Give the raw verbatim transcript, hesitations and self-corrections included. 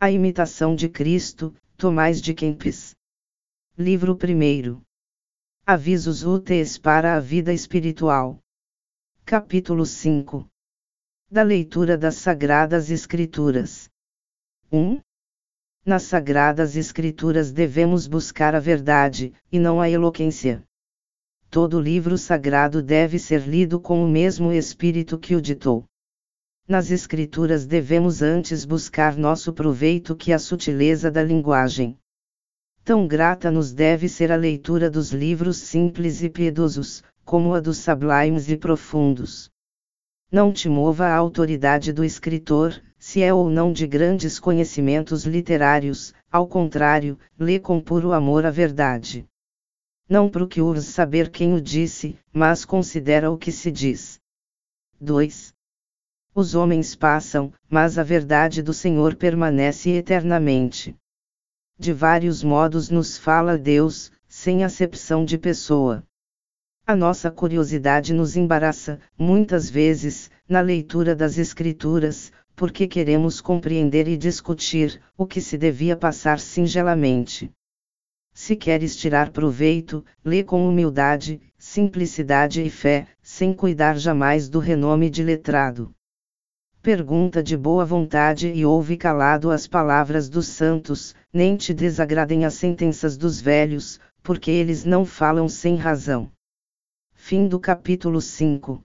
A imitação de Cristo, Tomás de Kempis. Livro primeiro. Avisos úteis para a vida espiritual. Capítulo cinco. Da leitura das Sagradas Escrituras. um. Nas Sagradas Escrituras devemos buscar a verdade, e não a eloquência. Todo livro sagrado deve ser lido com o mesmo espírito que o ditou. Nas Escrituras devemos antes buscar nosso proveito que a sutileza da linguagem. Tão grata nos deve ser a leitura dos livros simples e piedosos, como a dos sublimes e profundos. Não te mova a autoridade do escritor, se é ou não de grandes conhecimentos literários, ao contrário, lê com puro amor a verdade. Não procures saber quem o disse, mas considera o que se diz. dois. Os homens passam, mas a verdade do Senhor permanece eternamente. De vários modos nos fala Deus, sem acepção de pessoa. A nossa curiosidade nos embaraça, muitas vezes, na leitura das Escrituras, porque queremos compreender e discutir o que se devia passar singelamente. Se queres tirar proveito, lê com humildade, simplicidade e fé, sem cuidar jamais do renome de letrado. Pergunta de boa vontade e ouve calado as palavras dos santos, nem te desagradem as sentenças dos velhos, porque eles não falam sem razão. Fim do capítulo cinco.